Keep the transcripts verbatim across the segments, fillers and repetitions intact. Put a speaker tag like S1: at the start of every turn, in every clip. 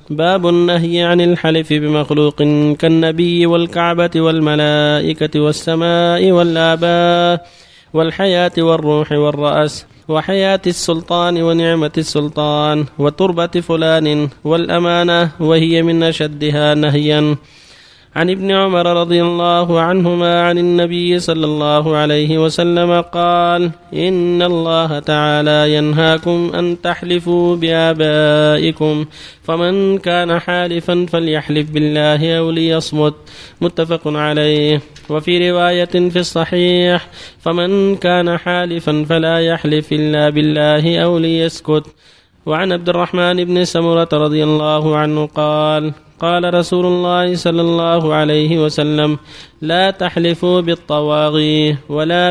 S1: باب النهي عن الحلف بمخلوق كالنبي والكعبة والملائكة والسماء والآباء والحياة والروح والرأس وحياة السلطان ونعمة السلطان وتربة فلان والأمانة وهي من أشدها نهيا. عن ابن عمر رضي الله عنهما عن النبي صلى الله عليه وسلم قال: إن الله تعالى ينهاكم أن تحلفوا بآبائكم، فمن كان حالفا فليحلف بالله أو ليصمت. متفق عليه. وفي رواية في الصحيح: فمن كان حالفا فلا يحلف إلا بالله أو ليسكت. وعن عبد الرحمن بن سمرة رضي الله عنه قال: قال رسول الله صلى الله عليه وسلم: لا تحلفوا بالطواغي ولا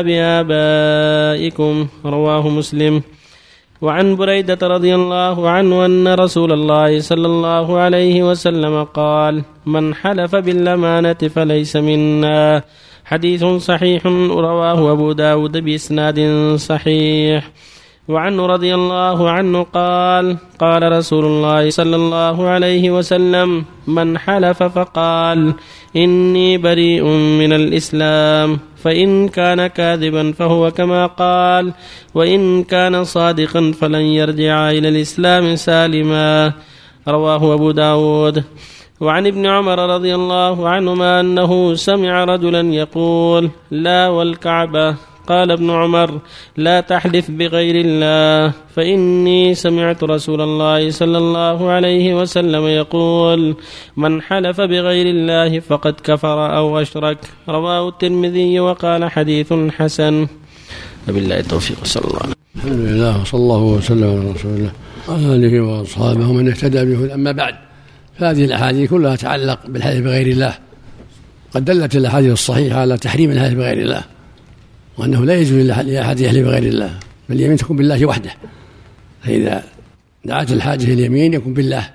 S1: بآبائكم. رواه مسلم. وعن بريدة رضي الله عنه أن رسول الله صلى الله عليه وسلم قال: من حلف بالأمانة فليس منا. حديث صحيح رواه أبو داود بإسناد صحيح. وعنه رضي الله عنه قال: قال رسول الله صلى الله عليه وسلم: من حلف فقال إني بريء من الإسلام فإن كان كاذبا فهو كما قال، وإن كان صادقا فلن يرجع إلى الإسلام سالما. رواه أبو داود. وعن ابن عمر رضي الله عنهما أنه سمع رجلا يقول: لا والكعبة. قال ابن عمر: لا تحلف بغير الله، فإني سمعت رسول الله صلى الله عليه وسلم يقول: من حلف بغير الله فقد كفر أو أشرك. رواه الترمذي وقال: حديث حسن. وبالله التوفيق. صلى الله عليه وسلم.
S2: الحمد لله وصلى الله وسلم على رسول الله وعلى آله وأصحابه ومن اهتدى به. أما بعد، فهذه الأحاديث كلها تتعلق بالحلف بغير الله. قد دلت الأحاديث الصحيحة على تحريم الحلف بغير الله، وأنه لا يجوز لأحد يحلف بغير الله، بل اليمين تكون بالله وحده. فإذا دعت الحاجة اليمين يكون بالله.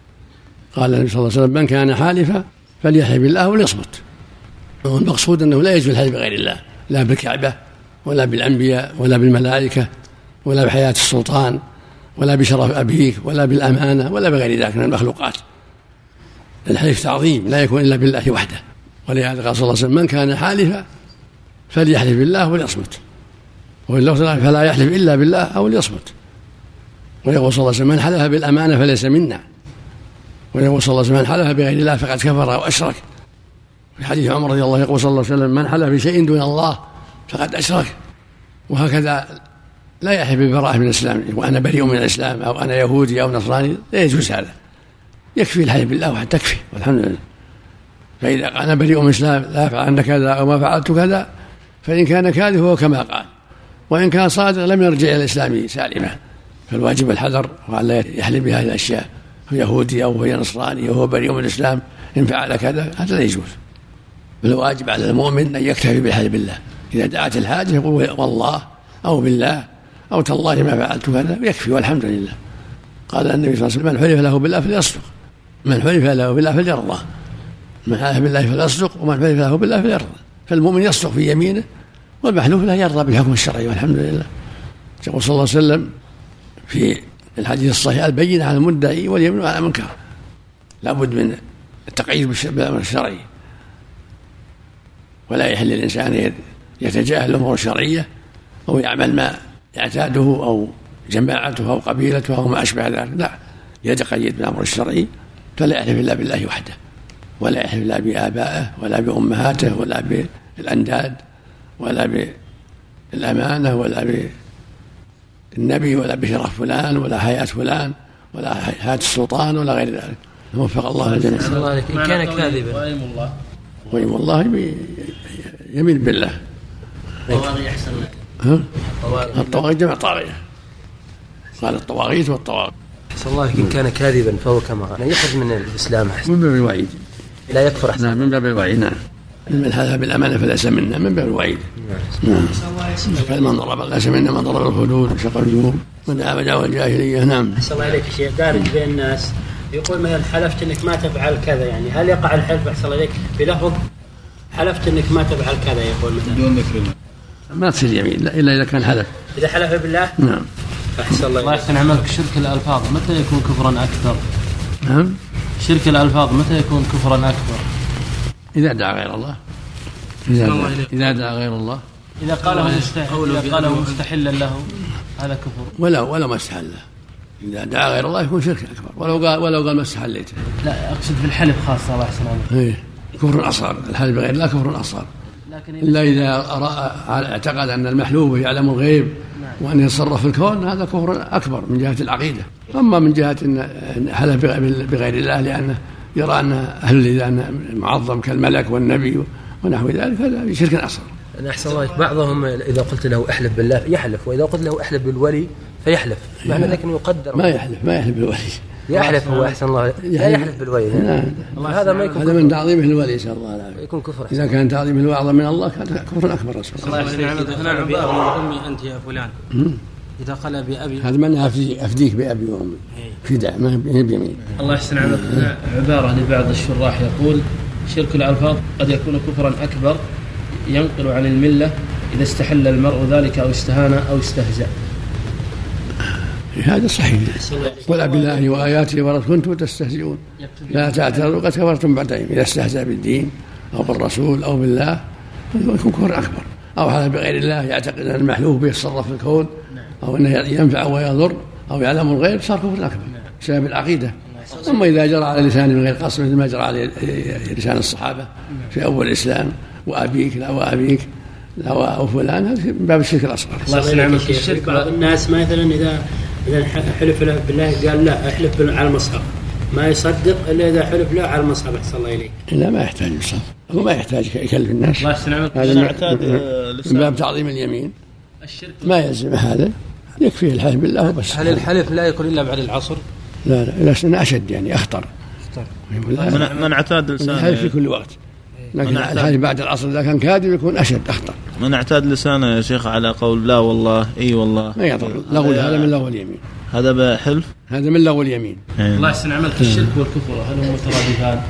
S2: قال النبي صلى الله عليه وسلم: من كان حالفا فليحلف بالله وليصمت. والمقصود أنه لا يجوز الحلف بغير الله، لا بالكعبة ولا بالأنبياء ولا بالملائكة ولا بحياة السلطان ولا بشرف أبيك ولا بالأمانة ولا بغير ذلك من المخلوقات. الحلف تعظيم لا يكون إلا بالله وحده. ولهذا قال صلى الله عليه وسلم: من كان حالفا فليحلف بالله وليصمت. واللفظ فلا يحلف إلا بالله أو ليصمت. ويقول صلى الله عليه وسلم: من حلف بالأمانة فليس منا. ويقول صلى الله عليه وسلم: من حلف بغير الله فقد كفر أو أشرك. في حديث عمر رضي الله عنه يقول صلى الله عليه وسلم: من حلف بشيء دون الله فقد أشرك. وهكذا لا يحلف بالبراءة من الإسلام، وأنا بريء من الإسلام أو أنا يهودي أو نصراني، لا يجوز هذا. يكفي الحلف بالله وحده، تكفي والحمد لله. فإذا أنا بريء من الإسلام لا أفعل كذا أو ما فعلت كذا، فإن كان كاذب هو كما قال، وإن كان صادق لم يرجع إلى الإسلام سالما. فالواجب الحذر وأن يحلف بهذه الأشياء، هو يهودي أو هو نصراني أو هو بريء من الإسلام إن فعل كذا، هذا لا يجوز. بل الواجب على المؤمن أن يكتفي بالحلف بالله. إذا دعت الحاجة يقول والله أو بالله أو تالله ما فعلت كذا، يكفي والحمد لله. قال النبي صلى الله عليه وسلم: من حلف له بالله فليصدق، من حلف له بالله فليرضى، من حلف بالله فليصدق، ومن حلف له بالله فليرضى. فالمؤمن يصدق في يمينه، والمحلوف لا يرضى بالحكم الشرعي والحمد لله. يقول صلى الله عليه وسلم في الحديث الصحيح: البينة على المدعي واليمين على المنكر. لا بد من التقييد بالأمر الشرعي، ولا يحل الإنسان يتجاهل الأمور الشرعية أو يعمل ما يعتاده أو جماعته أو قبيلته أو ما أشبه ذلك. لا، يتقيد بالأمر الشرعي، فلا يحلف إلا بالله وحده، ولا يحلف لا بآبائه ولا بأمهاته ولا بالأنداد ولا بالأمانة ولا بالنبي ولا بشرف فلان ولا حياة فلان ولا حياة السلطان ولا غير ذلك. وفق الله الجميع.
S3: إن كان كاذبا
S2: ويم الله ويم يمين بالله.
S3: الطواغي أحسن لك.
S2: ها؟ الطواغي جمع طاغية، قال الطواغيت والطواغي.
S3: أحسن الله. إن كان كاذبا فهو كما يخرج من الإسلام أحسن.
S2: من باب الوعيد،
S3: لا يكفر أحسن.
S2: نعم، من باب الوعيد. نعم، من حلف بالأمانة فليس منا، من باب الوعيد. نعم. فمن ضرب ليس منا، من ضرب الحدود وشق الجيوب من دعا بدعوى الجاهلية. نعم.
S4: أحسن الله عليك شيء دارج بين الناس، يقول مثلا حلفت انك ما تفعل كذا، يعني هل يقع الحلف أحسن الله عليك بلفظ حلفت انك ما تفعل كذا، يقول مثلا
S2: بدون ذكر الله ما تصير يمين الا اذا كان حلف.
S4: اذا حلف بالله
S2: نعم.
S4: أحسن الله
S5: الله يحسن عملك. شرك الألفاظ متى يكون كفرا أكثر؟
S2: نعم.
S1: شرك الألفاظ متى يكون كفرا أكبر؟
S2: إذا دعا غير الله، إذا, إذا دعا غير الله،
S1: إذا قاله مستحيل إذا قاله مستحلا له هذا كفر،
S2: ولو ولو ما استحله. إذا دعا غير الله يكون شرك أكبر ولو قال ولو قال ما استحليته.
S1: لا أقصد في الحلف خاصة الله يحسن عليك.
S2: إيه كفر أصغر، الحلف بغير الله كفر أصغر. إلا إذا اعتقد أن المحلوف يعلم الغيب وأن يتصرف في الكون هذا كفر أكبر من جهة العقيدة. أما من جهة أن حلف بغير الله لأنه يرى أن أهل الإذان معظم كالملك والنبي ونحو ذلك هذا شرك أصغر.
S3: أنا أحسن الله بعضهم إذا قلت له أحلف بالله يحلف، وإذا قلت له أحلف بالولي فيحلف، معنى ذلك أنه يقدر
S2: ما يحلف ما يحلف بالولي،
S3: يحلف هو أحسن الله لا يحلف بالولي.
S2: نعم.
S3: هذا ما يكون
S2: هذا من تعظيمه الولي نسأل الله العافية.
S3: يكون كفر.
S2: إذا كان تعظيمه أعظم من الله كان كفر أكبر. رسول
S1: الله يحسن عليك. أنا بأبي وأمي أنت يا فلان. إذا قال بأبي
S2: هذا من أفديك بأبي وأمي فداء ما هي بيمين.
S1: الله يحسن عليك. عبارة لبعض الشراح يقول شرك الألفاظ قد يكون كفرا أكبر ينقل عن الملة إذا استحل المرء ذلك أو استهان أو استهزأ.
S2: هذا صحيح. قل بالله وآياته ورسوله كنتم تستهزئون لا تعتذروا قد كفرتم بعد أيام. إذا استهزأ بالدين أو بالرسول أو بالله يكون كفر أكبر. أو حلف بغير الله يعتقد أن المحلوف بيتصرف في الكون أو أنه ينفع ويضر أو يعلم الغيب صار كفر أكبر بسبب العقيدة. أما إذا جرى على لسانه من غير قصد مثل ما جرى على لسان الصحابة في أول الإسلام وأبيك لا وأبيك لا وفلان هذا من باب الشرك الأصغر.
S4: الله يسلمك. الشرك بعض الناس مثلا إذا إذا حلف له بالله قال لا احلف على المصحف ما يصدق إلا إذا حلف له على المصحف. أحسن الله إليك.
S2: لا ما يحتاج يصدق، هو ما يحتاج يكلف الناس.
S1: الله يسلمك.
S2: هذا من باب تعظيم اليمين ما يلزم هذا، يكفيه الحلف بالله بس.
S3: هل الحلف لا يكون إلا بعد العصر؟
S2: لا لا لا أشد يعني أخطر.
S5: من, من اعتاد لسانه
S2: الحلف في كل وقت، لكن الحلف بعد العصر إذا كان كاذب يكون أشد أخطر.
S5: من اعتاد لسانه يا شيخ على قول لا والله اي والله
S2: ما يضر. لغو هذا من لغو اليمين.
S5: هذا بحلف
S2: هذا من لغو اليمين.
S1: الله يحسن عملك. الشرك والكفر هل هم مترادفان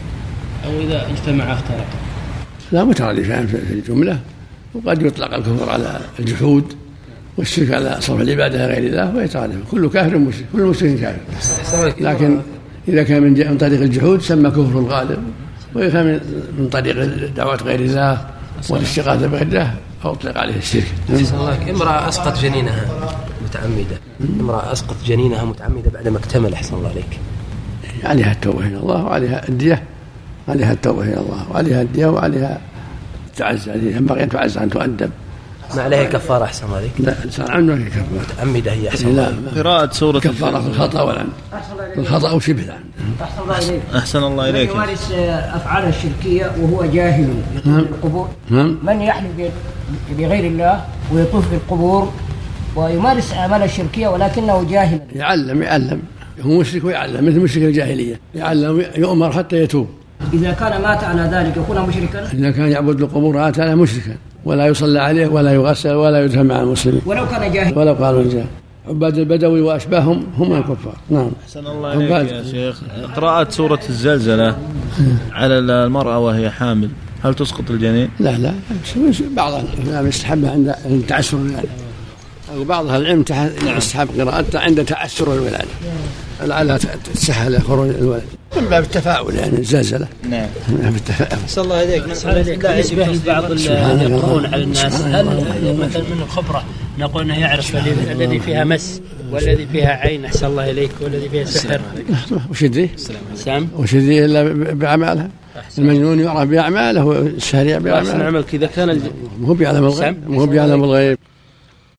S1: أو إذا اجتمعا افترقا؟
S2: لا مترادفان في الجملة، وقد يطلق الكفر على الجحود والشرك على صرف العبادة غير الله ويترادف. كل كافر مشرك، كل مشرك كافر. لكن إذا كان من, من طريق الجحود سمى كفر الغالب، وإذا كان من طريق دعوة غير الله والاستغاثة بغير الله أطلق عليه الشرك.
S3: امرأة أسقط جنينها متعمدة، امرأة أسقط جنينها متعمدة بعدما اكتمل. أحسن الله عليك.
S2: عليها التوبة إلى الله وعليها الدية، عليها التوبة إلى الله وعليها الدية وعليها تعز، ينبغي أن تعز أن تؤدب.
S3: ما عليها كفارة. أحسن الله عليك.
S2: لا صار عنه كفارة
S3: متعمدة هي. أحسن الله.
S5: قراءة سورة
S2: كفارة في الخطأ والعمد، الخطأ أو شبه العمد.
S6: أحسن الله إليك.
S5: أحسن الله إليك.
S6: من يمارس أفعال الشركية وهو جاهل يطوف بالقبور، من يحلف بغير الله ويطوف بالقبور ويمارس أعمال الشركية ولكنه جاهل.
S2: يعلم يعلم هو مشرك ويعلم مثل مشرك الجاهلية، يعلم يؤمر حتى يتوب.
S6: إذا كان مات على ذلك يكون مشركا.
S2: إذا كان يعبد القبور مات على مشركا ولا يصلى عليه ولا يغسل ولا يدفن مع المسلمين
S6: ولو كان جاهل.
S2: ولو قالوا الجاهل. عباد البدوي وأشباههم هم الكفار. نعم.
S5: أحسن الله إليك يا شيخ. قراءة سورة الزلزلة على المرأة وهي حامل هل تسقط الجنين؟
S2: لا لا بعض العلماء يستحبها عند تعسر الولادة، أو بعض العلم يستحب قراءتها عند تعسر الولادة لعلها تسهل خروج الولد من باب التفاؤل يعني الزلزلة.
S5: نعم.
S2: من باب التفاؤل.
S4: صلى الله عليك. بالنسبة لبعض اللي يقرون على الناس هل مثلا من الخبرة نقول أنه يعرف الذي فيها مس والذي فيها عين أحسن الله إليك والذي فيها سحر؟
S2: وش يدري؟
S4: سام.
S2: وش يدري إلا بعمالها؟ المجنون يعرف بأعماله والسريع بأعماله.
S1: عملك إذا كان
S2: مو بيعلم الغيب، مو بيعلم الغيب.